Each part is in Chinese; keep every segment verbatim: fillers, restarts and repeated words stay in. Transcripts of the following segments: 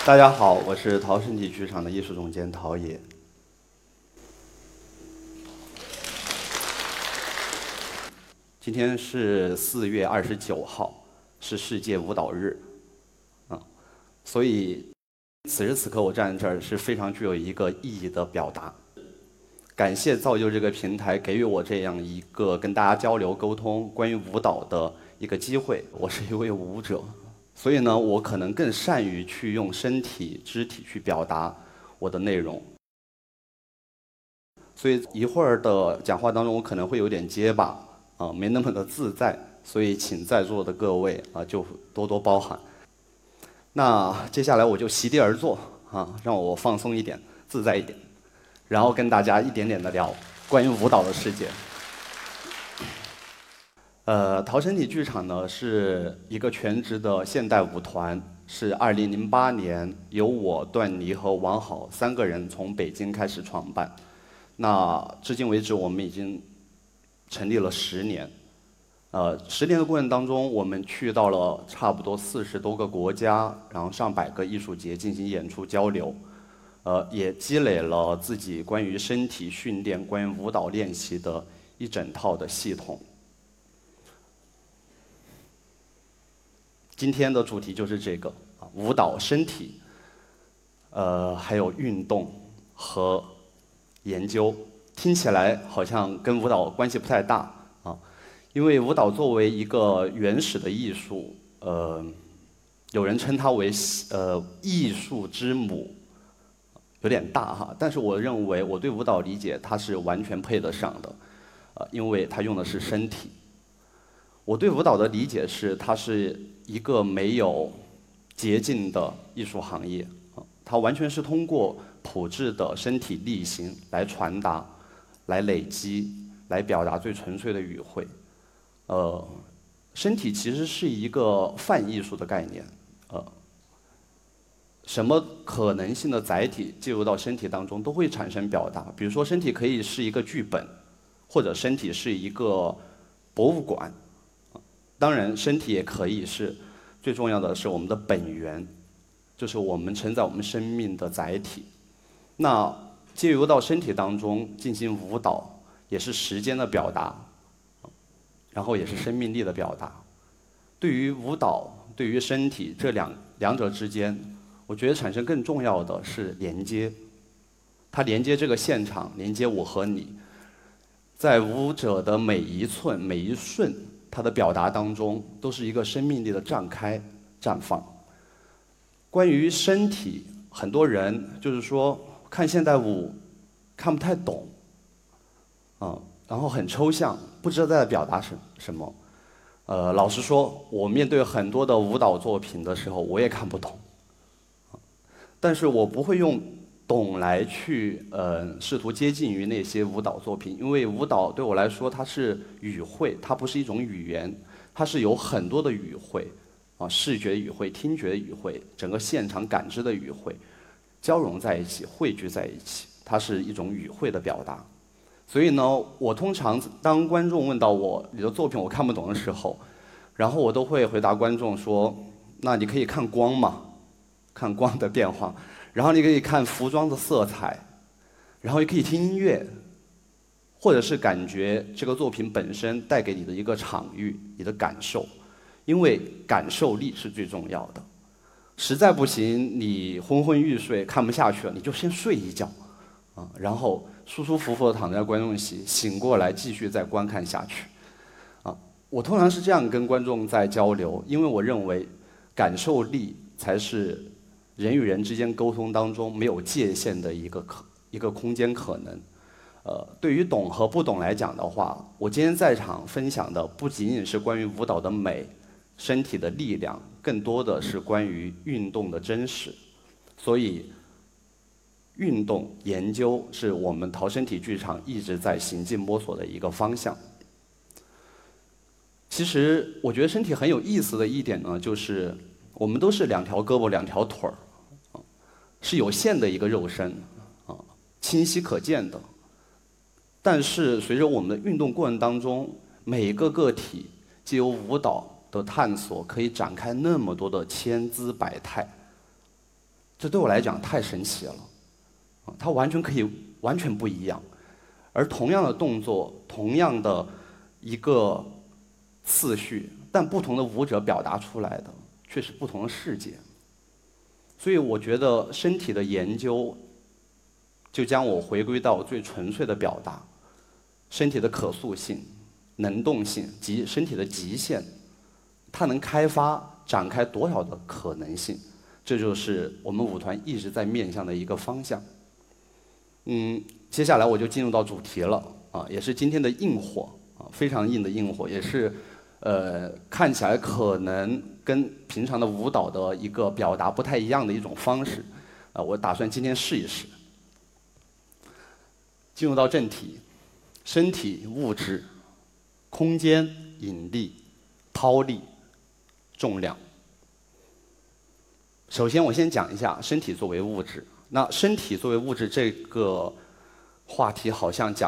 大家好，我是陶身体剧场的艺术总监陶冶。今天是四月二十九号，是世界舞蹈日，啊，所以此时此刻我站在这儿是非常具有一个意义的表达。感谢造就这个平台，给予我这样一个跟大家交流沟通关于舞蹈的一个机会。我是一位舞者。所以呢，我可能更善于去用身体、肢体去表达我的内容。所以一会儿的讲话当中，我可能会有点结巴，啊，没那么的自在。所以请在座的各位啊，就多多包涵。那接下来我就席地而坐，啊，让我放松一点、自在一点，然后跟大家一点点的聊关于舞蹈的世界。呃，陶身体剧场呢是一个全职的现代舞团，是二零零八年由我段妮和王好三个人从北京开始创办。那至今为止，我们已经成立了十年。呃，十年的过程当中，我们去到了差不多四十多个国家，然后上百个艺术节进行演出交流。呃，也积累了自己关于身体训练、关于舞蹈练习的一整套的系统。今天的主题就是这个啊，舞蹈、身体，呃，还有运动和研究，听起来好像跟舞蹈关系不太大啊，因为舞蹈作为一个原始的艺术，呃，有人称它为呃艺术之母，有点大哈，但是我认为我对舞蹈理解它是完全配得上的，呃，因为它用的是身体。我对舞蹈的理解是，它是一个没有捷径的艺术行业，它完全是通过朴质的身体力行来传达、来累积、来表达最纯粹的语汇。呃，身体其实是一个泛艺术的概念，呃，什么可能性的载体介入到身体当中都会产生表达。比如说，身体可以是一个剧本，或者身体是一个博物馆。当然，身体也可以是，最重要的是我们的本源，就是我们承载我们生命的载体。那介入到身体当中进行舞蹈，也是时间的表达，然后也是生命力的表达。对于舞蹈，对于身体这两两者之间，我觉得产生更重要的是连接。它连接这个现场，连接我和你，在舞者的每一寸、每一瞬。它的表达当中都是一个生命力的绽开、绽放。关于身体，很多人就是说看现代舞看不太懂，啊，然后很抽象，不知道在表达什什么。呃，老实说，我面对很多的舞蹈作品的时候，我也看不懂。但是我不会用懂来去呃试图接近于那些舞蹈作品，因为舞蹈对我来说它是语汇，它不是一种语言，它是有很多的语汇，啊，视觉语汇、听觉语汇、整个现场感知的语汇，交融在一起、汇聚在一起，它是一种语汇的表达。所以呢，我通常当观众问到我你的作品我看不懂的时候，然后我都会回答观众说：那你可以看光嘛，看光的变化。然后你可以看服装的色彩，然后也可以听音乐，或者是感觉这个作品本身带给你的一个场域、你的感受，因为感受力是最重要的。实在不行，你昏昏欲睡看不下去了，你就先睡一觉，啊，然后舒舒服服的躺在观众席，醒过来继续再观看下去。啊，我通常是这样跟观众在交流，因为我认为感受力才是人与人之间沟通当中没有界限的一个可一个空间可能。呃，对于懂和不懂来讲的话，我今天在场分享的不仅仅是关于舞蹈的美、身体的力量，更多的是关于运动的真实。所以，运动研究是我们陶身体剧场一直在行进摸索的一个方向。其实，我觉得身体很有意思的一点呢，就是我们都是两条胳膊、两条腿儿。是有限的一个肉身，啊，清晰可见的。但是随着我们的运动过程当中，每一个个体藉由舞蹈的探索，可以展开那么多的千姿百态。 这对我来讲太神奇了，啊，它完全可以完全不一样。而同样的动作，同样的一个次序，但不同的舞者表达出来的却是不同的世界。所以我觉得身体的研究，就将我回归到最纯粹的表达，身体的可塑性、能动性及身体的极限，它能开发展开多少的可能性，这就是我们舞团一直在面向的一个方向。嗯，接下来我就进入到主题了啊，也是今天的硬货啊，非常硬的硬货，也是呃看起来可能跟平常的舞蹈的一个表达不太一样的一种方式啊，我打算今天试一试。进入到正题，身体、物质、空间、引力、抛力、重量。首先，我先讲一下身体作为物质。那身体作为物质这个话题，好像讲，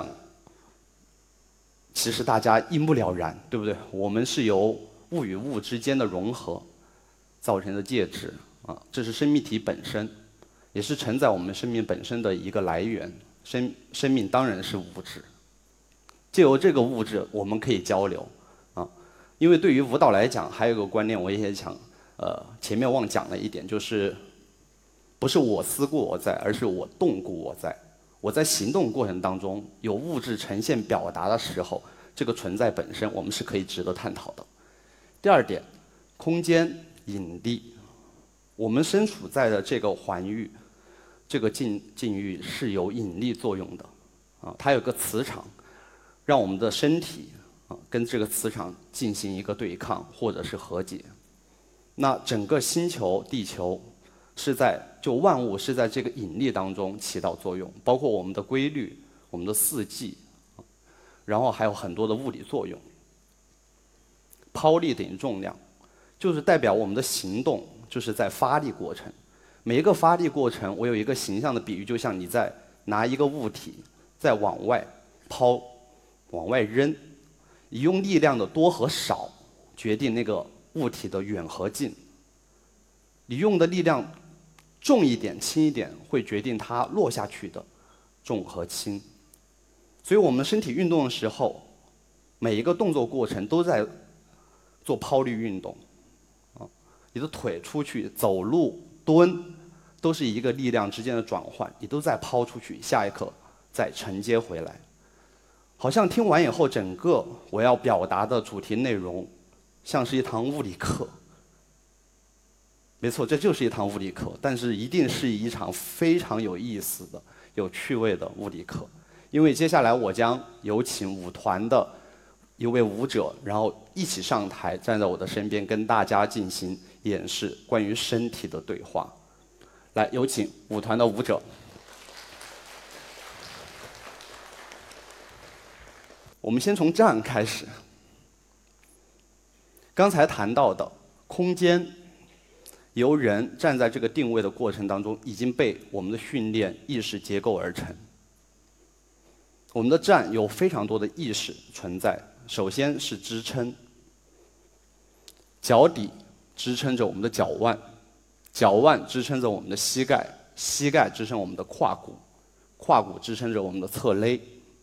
其实大家一目了然，对不对？我们是由物与物之间的融合造成的介质啊，这是生命体本身，也是承载我们生命本身的一个来源。生生命当然是物质，借由这个物质，我们可以交流啊。因为对于舞蹈来讲，还有一个观念，我也想，呃，前面忘讲了一点，就是不是我思故我在，而是我动故我在。我在行动过程当中，有物质呈现表达的时候，这个存在本身，我们是可以值得探讨的。第二点，空间引力，我们身处在的这个环域。这个境境域是有引力作用的，啊，它有个磁场，让我们的身体啊跟这个磁场进行一个对抗或者是和解。那整个星球、地球是在就万物是在这个引力当中起到作用，包括我们的规律、我们的四季，然后还有很多的物理作用。抛力等于重量，就是代表我们的行动就是在发力过程。每一个发力过程，我有一个形象的比喻，就像你在拿一个物体在往外抛、往外扔，你用力量的多和少决定那个物体的远和近。你用的力量重一点、轻一点，会决定它落下去的重和轻。所以我们身体运动的时候，每一个动作过程都在做抛力运动。啊，你的腿出去走路、蹲。都是一个力量之间的转换，你都在抛出去，下一刻再承接回来。好像听完以后，整个我要表达的主题内容，像是一堂物理课。没错，这就是一堂物理课，但是一定是一场非常有意思的、有趣味的物理课。因为接下来我将有请舞团的一位舞者，然后一起上台，站在我的身边，跟大家进行演示关于身体的对话。来，有请舞团的舞者。我们先从站开始。刚才谈到的空间，由人站在这个定位的过程当中，已经被我们的训练意识结构而成。我们的站有非常多的意识存在，首先是支撑，脚底支撑着我们的脚腕。脚腕支撑着我们的膝盖，膝盖支撑我们的胯骨，胯骨支撑着我们的侧勒，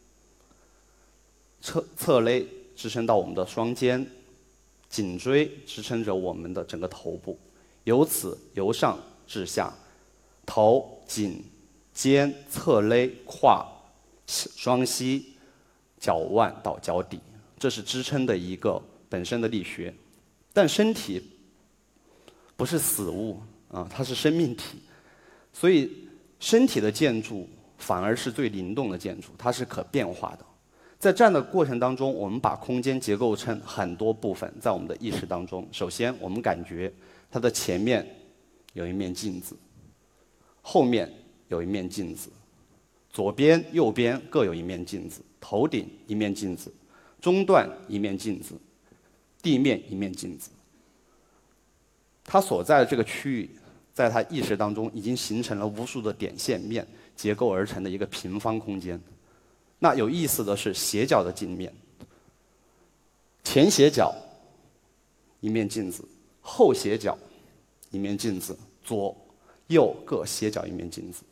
侧侧勒支撑到我们的双肩，颈椎支撑着我们的整个头部，由此由上至下，头、颈、肩、侧勒、胯、双膝、脚腕到脚底，这是支撑的一个本身的力学。但身体不是死物。啊，它是生命体，所以身体的建筑反而是最灵动的建筑，它是可变化的。在站的过程当中，我们把空间结构成很多部分，在我们的意识当中。首先，我们感觉它的前面有一面镜子，后面有一面镜子，左边、右边各有一面镜子，头顶一面镜子，中段一面镜子，地面一面镜子。它所在的这个区域，在他意识当中已经形成了无数的点线面结构而成的一个平方空间。那有意思的是斜角的镜面，前斜角一面镜子，后斜角一面镜子，左右各斜角一面镜子，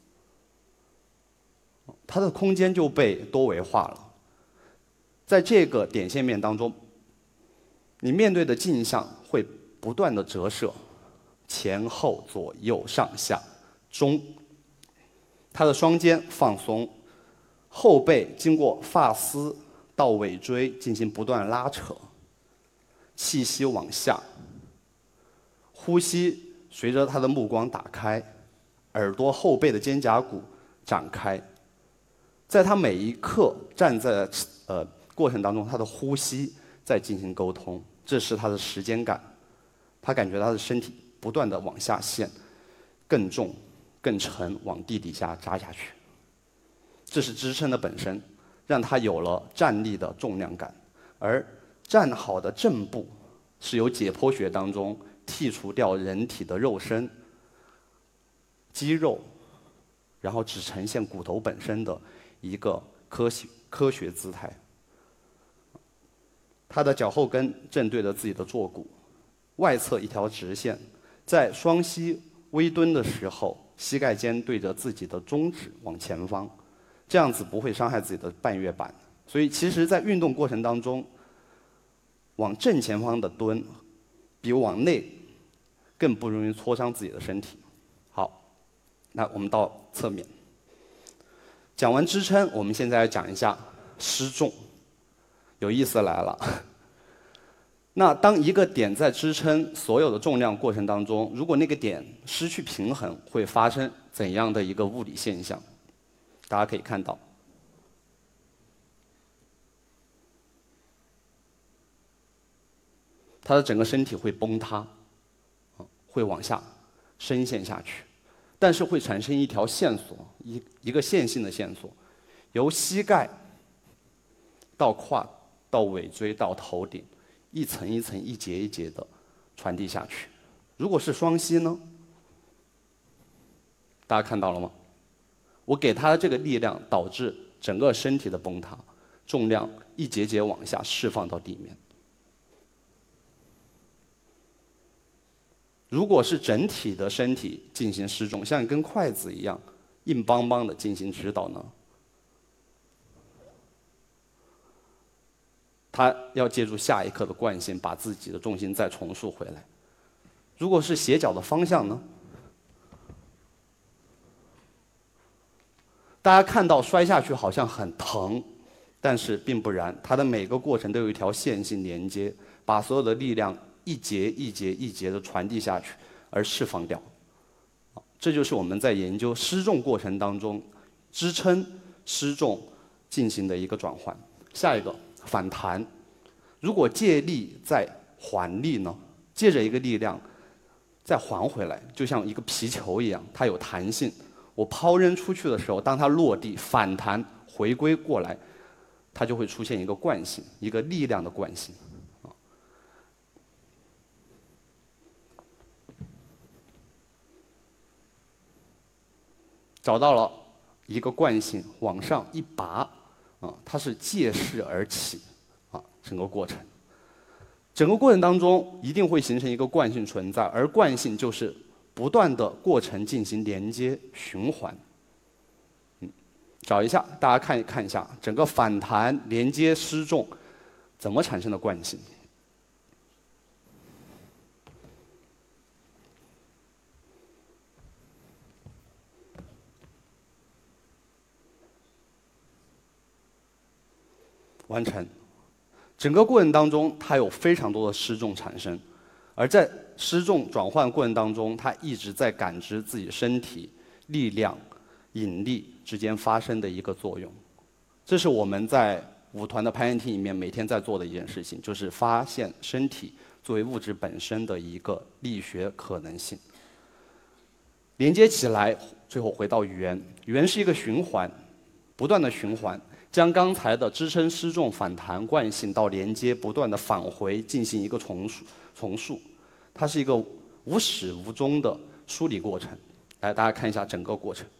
它的空间就被多维化了。在这个点线面当中，你面对的镜像会不断的折射，前后左右上下中。它的双肩放松，后背经过发丝到尾椎进行不断拉扯，气息往下，呼吸随着他的目光打开，耳朵后背的肩胛骨展开。在他每一刻站在呃过程当中，他的呼吸在进行沟通，这是他的时间感。他感觉他的身体不断的往下陷，更重、更沉，往地底下扎下去。这是支撑的本身，让他有了站立的重量感。而站好的正步是由解剖学当中剔除掉人体的肉身、肌肉，然后只呈现骨头本身的一个科学科学姿态。他的脚后跟正对着自己的坐骨，外侧一条直线，在双膝微蹲的时候，膝盖尖对着自己的中指往前方，这样子不会伤害自己的半月板。所以其实在运动过程当中，往正前方的蹲比往内更不容易挫伤自己的身体。好，那我们到侧面。讲完支撑，我们现在要讲一下失重。有意思来了。那当一个点在支撑所有的重量过程当中，如果那个点失去平衡，会发生怎样的一个物理现象？大家可以看到，他的整个身体会崩塌，会往下深陷下去，但是会产生一条线索，一一个线性的线索，由膝盖到胯到尾椎到头顶，一层一层、一节一节的传递下去。如果是双膝呢？大家看到了吗？我给他的这个力量导致整个身体的崩塌，重量一节节往下释放到地面。如果是整体的身体进行失重，像一根筷子一样硬邦邦的进行指导呢？他要借助下一刻的惯性，把自己的重心再重塑回来。如果是斜角的方向呢？大家看到摔下去好像很疼，但是并不然，它的每个过程都有一条线性连接，把所有的力量一节一节一节的传递下去，而释放掉。这就是我们在研究失重过程当中支撑失重进行的一个转换。下一个反弹，如果借力再还力呢？借着一个力量再还回来，就像一个皮球一样，它有弹性。我抛扔出去的时候，当它落地反弹回归过来，它就会出现一个惯性，一个力量的惯性。找到了一个惯性，往上一拔，啊，它是借势而起，啊，整个过程，整个过程当中一定会形成一个惯性存在，而惯性就是不断的过程进行连接循环。嗯，找一下，大家看一看一下，整个反弹连接失重怎么产生的惯性？完成。整个过程当中，它有非常多的失重产生，而在失重转换过程当中，它一直在感知自己身体力量、引力之间发生的一个作用。这是我们在舞团的排练厅里面每天在做的一件事情，就是发现身体作为物质本身的一个力学可能性。连接起来，最后回到圆，圆是一个循环，不断的循环。将刚才的支撑失重反弹惯性到连接不断的返回进行一个重述重述，它是一个无始无终的梳理过程。来，大家看一下整个过程。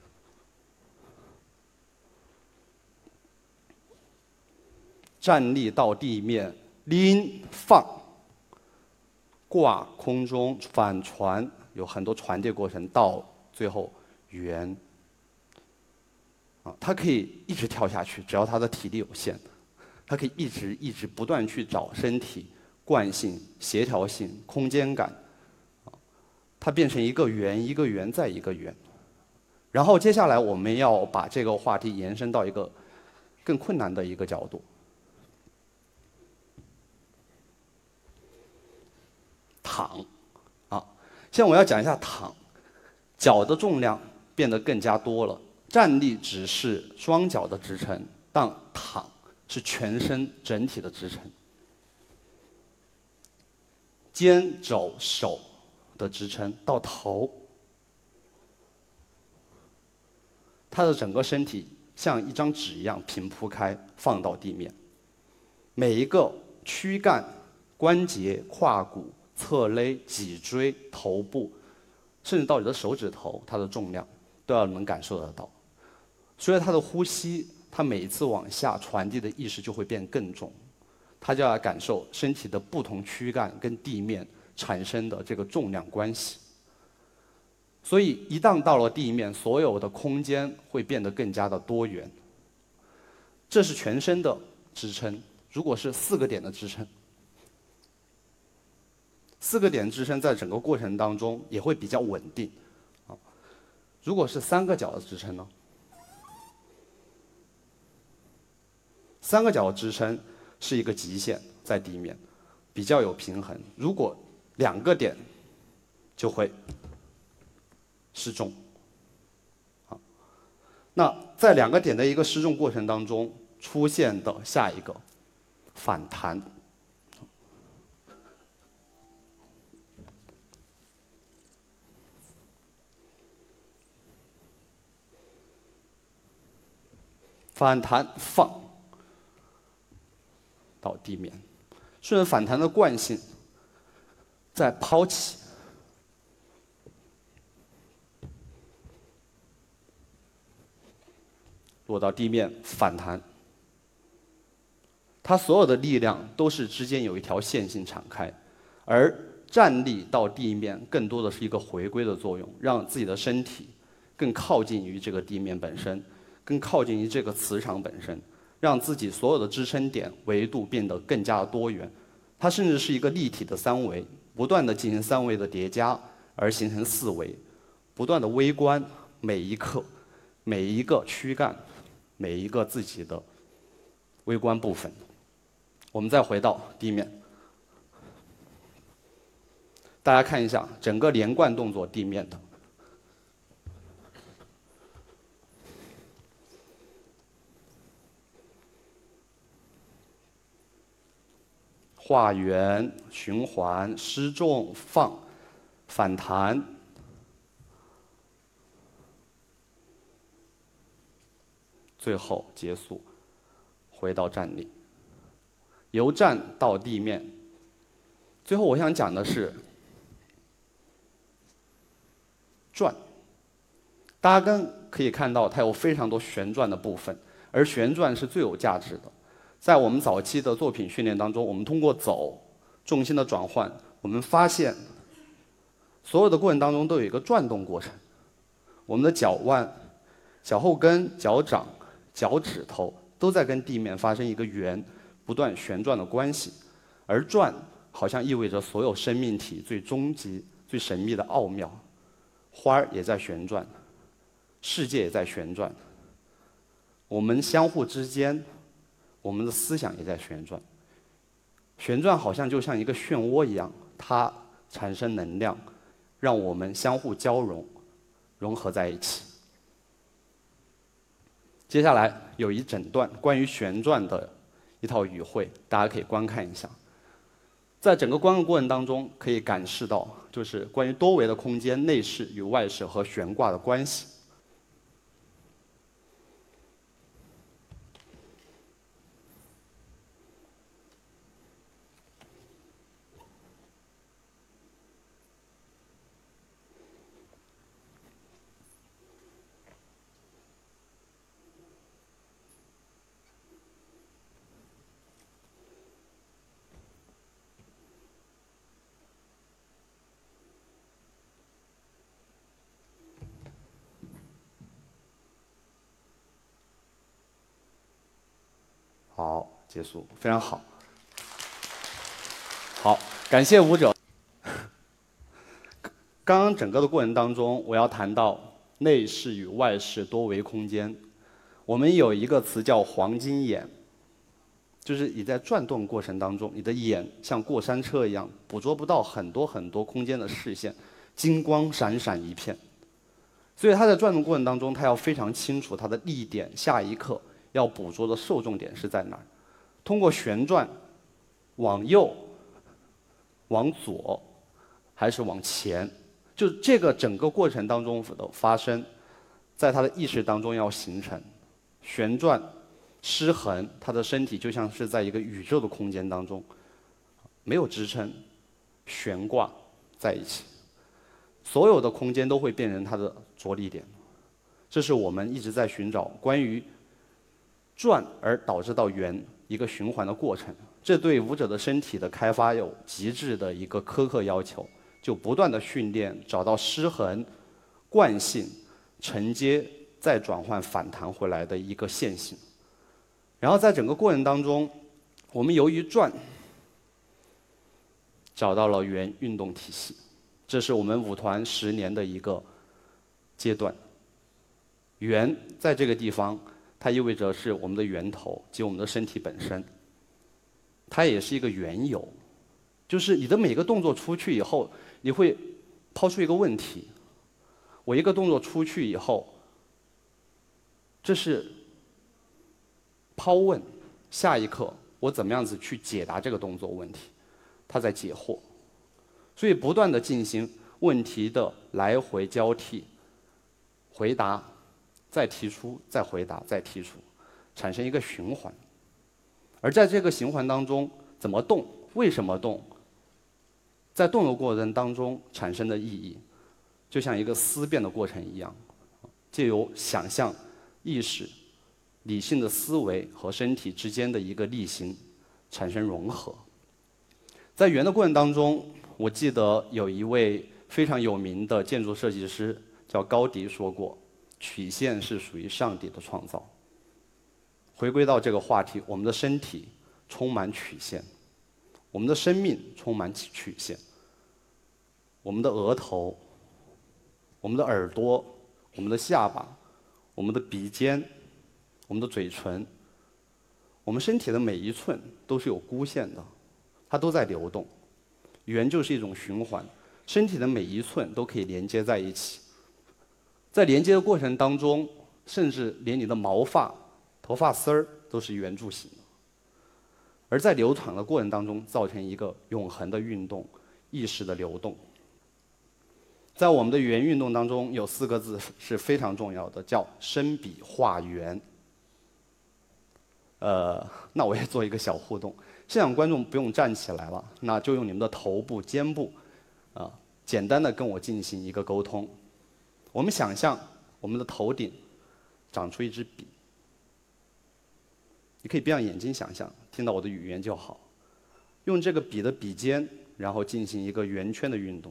站立到地面，拎放，挂空中，反传， 有很多传递过程，到最后圆。啊，它可以一直跳下去，只要它的体力有限，它可以一直一直不断去找身体惯性、协调性、空间感，啊，它变成一个圆，一个圆再一个圆。然后接下来我们要把这个话题延伸到一个更困难的一个角度。躺，啊，现在我要讲一下躺，脚的重量变得更加多了。站立只是双脚的支撑，但躺是全身整体的支撑。肩、肘、手的支撑到头，他的整个身体像一张纸一样平铺开，放到地面。每一个躯干、关节、胯骨、侧肋、脊椎、头部，甚至到你的手指头，它的重量都要能感受得到。随着他的呼吸，他每一次往下传递的意识就会变更重，他就要感受身体的不同躯干跟地面产生的这个重量关系。所以一旦到了地面，所有的空间会变得更加的多元。这是全身的支撑，如果是四个点的支撑，四个点支撑在整个过程当中也会比较稳定。啊，如果是三个脚的支撑呢？三个脚的支撑是一个极限，在地面比较有平衡。如果两个点，就会失重。好，那在两个点的一个失重过程当中出现的下一个反弹。反弹放到地面，顺着反弹的惯性，再抛起，落到地面反弹。它所有的力量都是之间有一条线性敞开，而站立到地面更多的是一个回归的作用，让自己的身体更靠近于这个地面本身，更靠近于这个磁场本身。让自己所有的支撑点维度变得更加多元，它甚至是一个立体的三维，不断的进行三维的叠加，而形成四维，不断的微观每一刻、每一个躯干、每一个自己的微观部分。我们再回到地面，大家看一下整个连贯动作地面的。画圆、循环、失重、放、反弹，最后结束，回到站立，由站到地面。最后我想讲的是转，大家跟可以看到它有非常多旋转的部分，而旋转是最有价值的。在我们早期的作品训练当中，我们通过走重心的转换，我们发现所有的过程当中都有一个转动过程。我们的脚腕、脚后跟、脚掌、脚趾头都在跟地面发生一个圆、不断旋转的关系，而转好像意味着所有生命体最终极、最神秘的奥妙。花儿也在旋转，世界也在旋转，我们相互之间。我们的思想也在旋转，旋转好像就像一个漩涡一样，它产生能量，让我们相互交融，融合在一起。接下来有一整段关于旋转的一套语汇，大家可以观看一下。在整个观看过程当中，可以感受到就是关于多维的空间内饰与外饰和悬挂的关系。 结束，非常好。好，感谢舞者。刚刚整个的过程当中，我要谈到内视与外视多维空间。我们有一个词叫黄金眼，就是你在转动过程当中，你的眼像过山车一样，捕捉不到很多很多空间的视线，金光闪闪一片。所以它在转动过程当中，它要非常清楚它的力点，下一刻要捕捉的受重点是在哪儿。通过旋转，往右、往左，还是往前，就这个整个过程当中的发生，在他的意识当中要形成。旋转、失衡，他的身体就像是在一个宇宙的空间当中，没有支撑，悬挂在一起，所有的空间都会变成它的着力点。这是我们一直在寻找关于转而导致到圆一个循环的过程。这对舞者的身体的开发有极致的一个苛刻要求，就不断的训练，找到失衡、惯性、承接。再转换反弹回来的一个线性，然后在整个过程当中，我们由于转找到了圆运动体系，这是我们舞团十年的一个阶段。圆在这个地方，它意味着是我们的源头及我们的身体本身，它也是一个缘由，就是你的每个动作出去以后，你会抛出一个问题：我一个动作出去以后。这是抛问，下一刻我怎么样子去解答这个动作问题？他在解惑，所以不断的进行问题的来回交替，回答，再提出，再回答，再提出，产生一个循环。而在这个循环当中，怎么动？为什么动？在动的过程当中产生的意义，就像一个思辨的过程一样，借由想象。意识、理性的思维和身体之间的一个力行产生融合。在圆的过程当中，我记得有一位非常有名的建筑设计师叫高迪说过：“曲线是属于上帝的创造。”回归到这个话题，我们的身体充满曲线，我们的生命充满曲线，我们的额头、我们的耳朵、我们的下巴。我们的鼻尖，我们的嘴唇，我们身体的每一寸都是有箍线的，它都在流动。圆就是一种循环，身体的每一寸都可以连接在一起。在连接的过程当中，甚至连你的毛发、头发丝儿都是圆柱形的。而在流淌的过程当中，造成一个永恒的运动，意识的流动。在我们的圆运动当中，有四个字是非常重要的，叫生笔画圆。呃，那我也做一个小互动，现场观众不用站起来了，那就用你们的头部、肩部，啊、呃，简单的跟我进行一个沟通。我们想象我们的头顶长出一支笔，你可以闭上眼睛想象，听到我的语言就好。用这个笔的笔尖，然后进行一个圆圈的运动。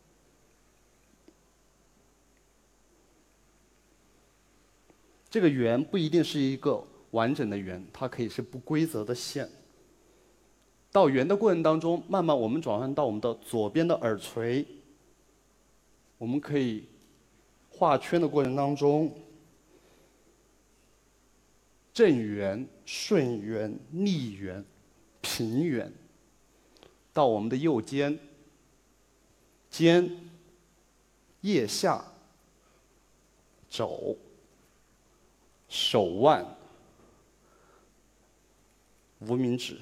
这个圆不一定是一个完整的圆，它可以是不规则的线。到圆的过程当中，慢慢我们转换到我们的左边的耳垂，我们可以画圈的过程当中，正圆、顺圆、逆圆、平圆，到我们的右肩、肩、腋下、肘。手腕、无名指，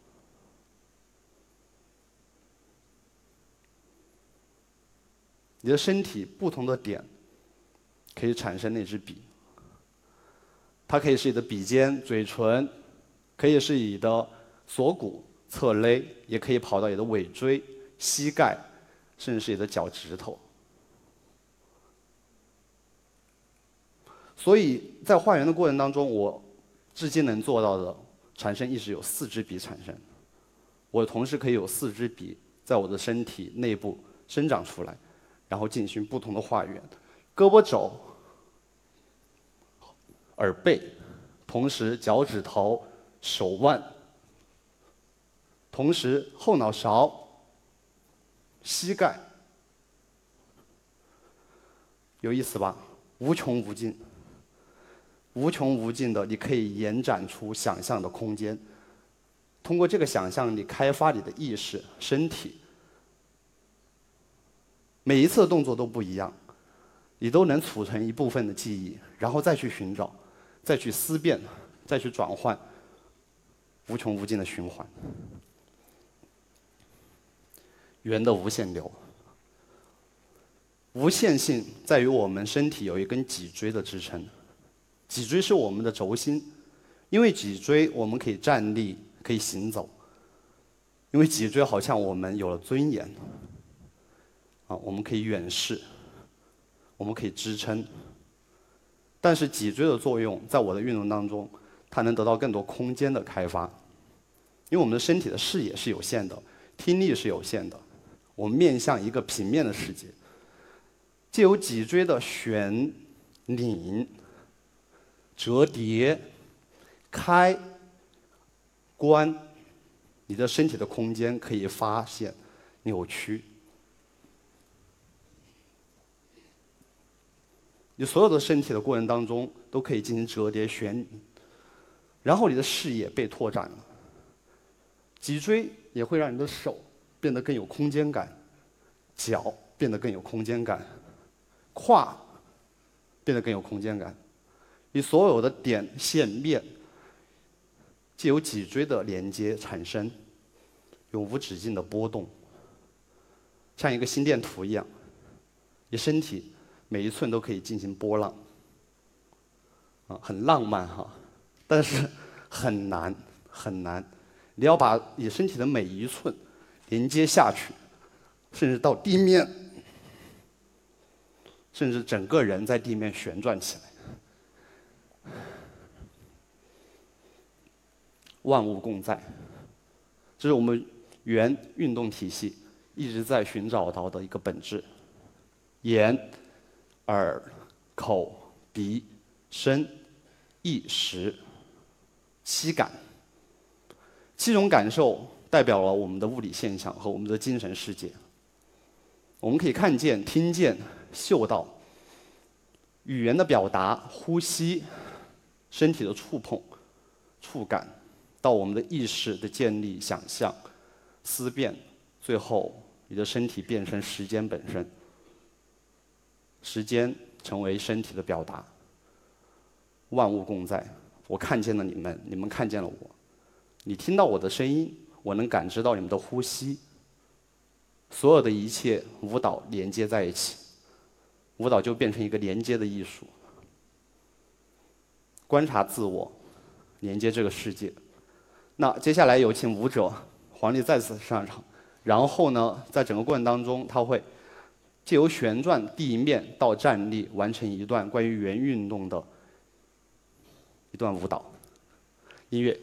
你的身体不同的点可以产生那支笔。它可以是你的笔尖、嘴唇，可以是你的锁骨、侧勒，也可以跑到你的尾椎、膝盖，甚至是你的脚趾头。所以在画圆的过程当中，我至今能做到的产生意识有四支笔产生。我同时可以有四支笔在我的身体内部生长出来，然后进行不同的画圆。胳膊肘、耳背，同时脚趾头、手腕、 同时后脑勺、膝盖，有意思吧？无穷无尽，无穷无尽的，你可以延展出想象的空间。通过这个想象力开发你的意识、身体，每一次的动作都不一样，你都能储存一部分的记忆，然后再去寻找，再去思辨，再去转换，无穷无尽的循环。圆的无限流，无限性在于我们身体有一根脊椎的支撑，脊椎是我们的轴心，因为脊椎我们可以站立，可以行走，因为脊椎好像我们有了尊严，啊，我们可以远视，我们可以支撑。但是脊椎的作用，在我的运动当中，它能得到更多空间的开发，因为我们的身体的视野是有限的，听力是有限的，我们面向一个平面的世界，借由脊椎的旋、拧、折叠、开、关，你的身体的空间可以发现扭曲。你所有的身体的过程当中都可以进行折叠、旋拧，然后你的视野被拓展了。脊椎也会让你的手变得更有空间感，脚变得更有空间感，胯变得更有空间感。你所有的点、线、面，借由脊椎的连接产生永无止境的波动，像一个心电图一样，你身体每一寸都可以进行波浪，啊，很浪漫哈，但是很难很难。你要把你身体的每一寸连接下去，甚至到地面，甚至整个人在地面旋转起来。万物共在，这是我们原运动体系一直在寻找到的一个本质。眼、耳、口、鼻、身、意识、七感，七种感受代表了我们的物理现象和我们的精神世界。我们可以看见、听见、嗅到，语言的表达、呼吸、身体的触碰、触感，到我们的意识的建立、想象、思辨，最后你的身体变成时间本身，时间成为身体的表达。万物共在，我看见了你们，你们看见了我，你听到我的声音，我能感知到你们的呼吸，所有的一切舞蹈连接在一起，舞蹈就变成一个连接的艺术。观察自我，连接这个世界。那接下来有请舞者黄丽再次上场，然后呢，在整个过程当中，他会借由旋转地面到站立，完成一段关于圆运动的一段舞蹈。音乐。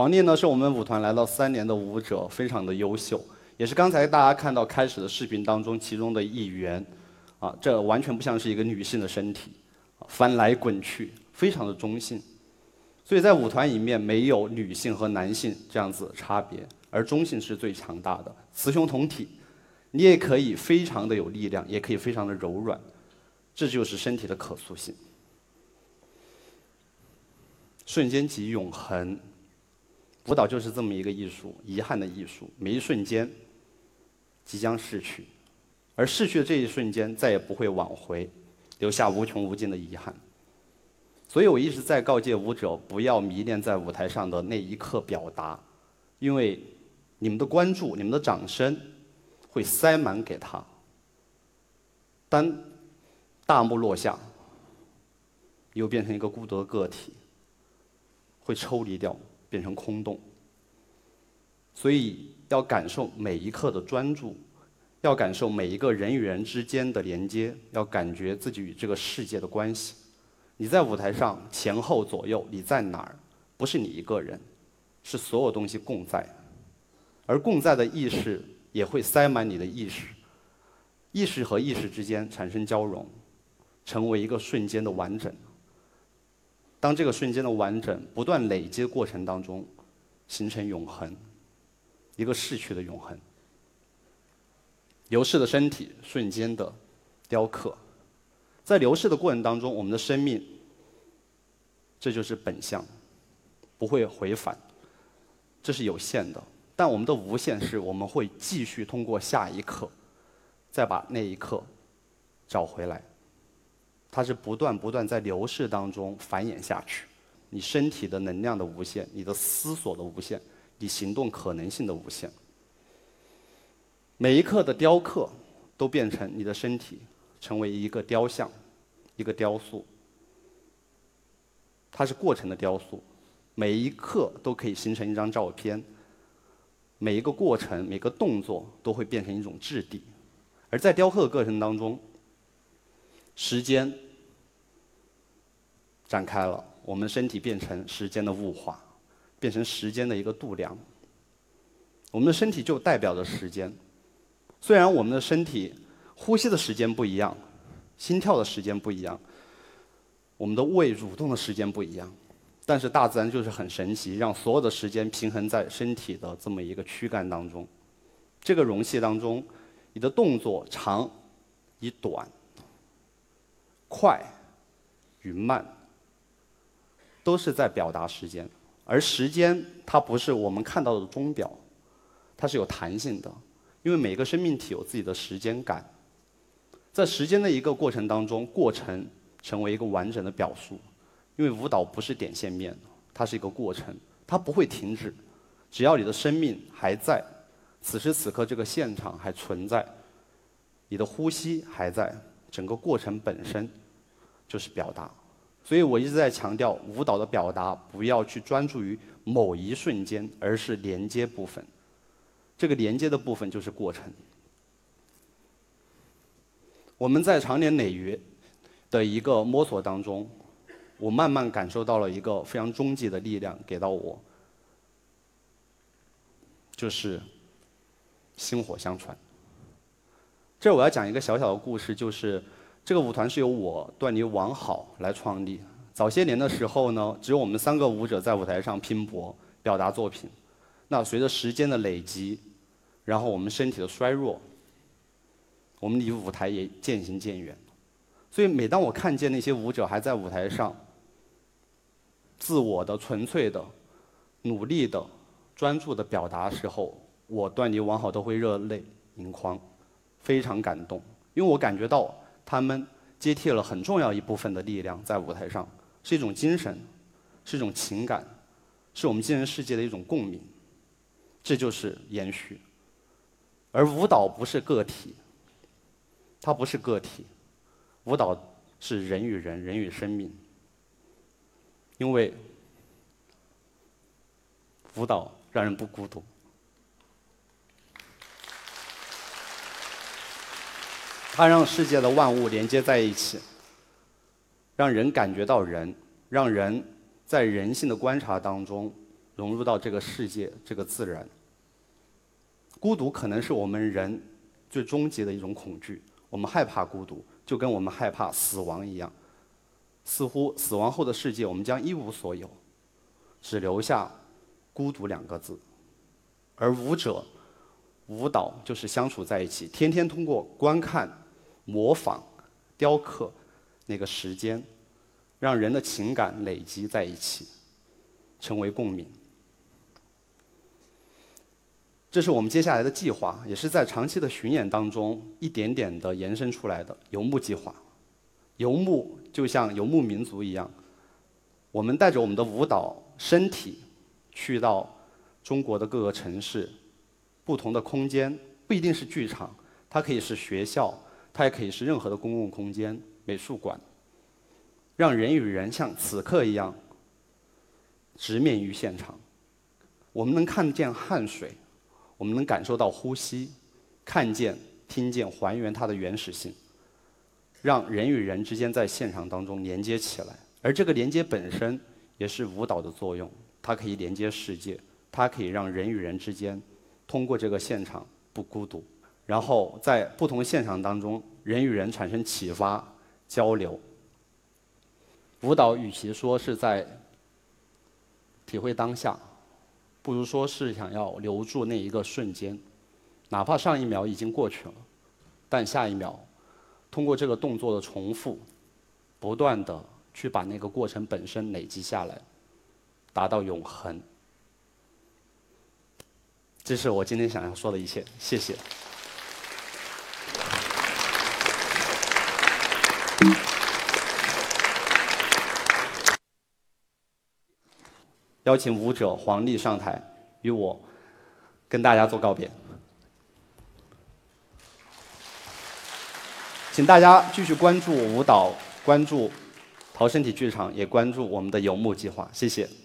黄丽呢是我们舞团来了三年的舞者，非常的优秀，也是刚才大家看到开始的视频当中其中的一员。啊，这完全不像是一个女性的身体，翻来滚去，非常的中性。所以在舞团里面没有女性和男性这样子的差别，而中性是最强大的，雌雄同体。你也可以非常的有力量，也可以非常的柔软，这就是身体的可塑性。瞬间即永恒，舞蹈就是这么一个艺术，遗憾的艺术，每一瞬间即将逝去，而逝去的这一瞬间再也不会挽回，留下无穷无尽的遗憾。所以我一直在告诫舞者，不要迷恋在舞台上的那一刻表达，因为你们的关注、你们的掌声会塞满给他。当大幕落下，又变成一个孤独的个体，会抽离掉，变成空洞。所以要感受每一刻的专注，要感受每一个人与人之间的连接，要感觉自己与这个世界的关系。你在舞台上前后左右，你在哪儿？不是你一个人，是所有东西共在。而共在的意识也会塞满你的意识，意识和意识之间产生交融，成为一个瞬间的完整。当这个瞬间的完整不断累积的过程当中，形成永恒，一个逝去的永恒。流逝的身体，瞬间的雕刻，在流逝的过程当中，我们的生命，这就是本相，不会回返，这是有限的。但我们的无限是，我们会继续通过下一刻，再把那一刻找回来。它是不断不断在流逝当中繁衍下去。你身体的能量的无限，你的思索的无限，你行动可能性的无限。每一刻的雕刻，都变成你的身体成为一个雕像，一个雕塑。它是过程的雕塑，每一刻都可以形成一张照片。每一个过程、每个动作都会变成一种质地，而在雕刻的过程当中，时间展开了，我们身体变成时间的物化，变成时间的一个度量。我们的身体就代表着时间，虽然我们的身体呼吸的时间不一样，心跳的时间不一样，我们的胃蠕动的时间不一样。但是大自然就是很神奇，让所有的时间平衡在身体的这么一个躯干当中。这个容器当中，你的动作长与短、快与慢，都是在表达时间。而时间它不是我们看到的钟表，它是有弹性的，因为每个生命体有自己的时间感。在时间的一个过程当中，过程成为一个完整的表述。因为舞蹈不是点线面，它是一个过程，它不会停止。只要你的生命还在，此时此刻这个现场还存在，你的呼吸还在，整个过程本身就是表达。所以我一直在强调，舞蹈的表达不要去专注于某一瞬间，而是连接部分。这个连接的部分就是过程。我们在长年累月的一个摸索当中，我慢慢感受到了一个非常终极的力量给到我，就是薪火相传。这我要讲一个小小的故事，就是这个舞团是由我段尼王好来创立。早些年的时候呢，只有我们三个舞者在舞台上拼搏表达作品。那随着时间的累积，然后我们身体的衰弱，我们离舞台也渐行渐远。所以每当我看见那些舞者还在舞台上自我的、纯粹的、努力的、专注的表达的时候，我段尼王好都会热泪盈眶，非常感动。因为我感觉到他们接替了很重要一部分的力量在舞台上，是一种精神，是一种情感，是我们精神世界的一种共鸣。这就是延续。而舞蹈不是个体，它不是个体。舞蹈是人与人、人与生命，因为舞蹈让人不孤独。它让世界的万物连接在一起，让人感觉到人，让人在人性的观察当中融入到这个世界、这个自然。孤独可能是我们人最终极的一种恐惧，我们害怕孤独，就跟我们害怕死亡一样。似乎死亡后的世界，我们将一无所有，只留下孤独两个字。而舞者、舞蹈就是相处在一起，天天通过观看、模仿、雕刻那个时间，让人的情感累积在一起，成为共鸣。这是我们接下来的计划，也是在长期的巡演当中一点点的延伸出来的游牧计划。游牧就像游牧民族一样，我们带着我们的舞蹈身体去到中国的各个城市，不同的空间，不一定是剧场，它可以是学校，它也可以是任何的公共空间、美术馆，让人与人像此刻一样直面于现场。我们能看见汗水，我们能感受到呼吸，看见、听见，还原它的原始性，让人与人之间在现场当中连接起来。而这个连接本身也是舞蹈的作用，它可以连接世界，它可以让人与人之间通过这个现场不孤独，然后在不同现场当中，人与人产生启发、交流。舞蹈与其说是在体会当下，不如说是想要留住那一个瞬间，哪怕上一秒已经过去了，但下一秒通过这个动作的重复，不断的去把那个过程本身累积下来，达到永恒。这是我今天想要说的一切，谢谢。邀请舞者黄丽上台，与我跟大家做告别。请大家继续关注舞蹈，关注陶身体剧场，也关注我们的游牧计划。谢谢。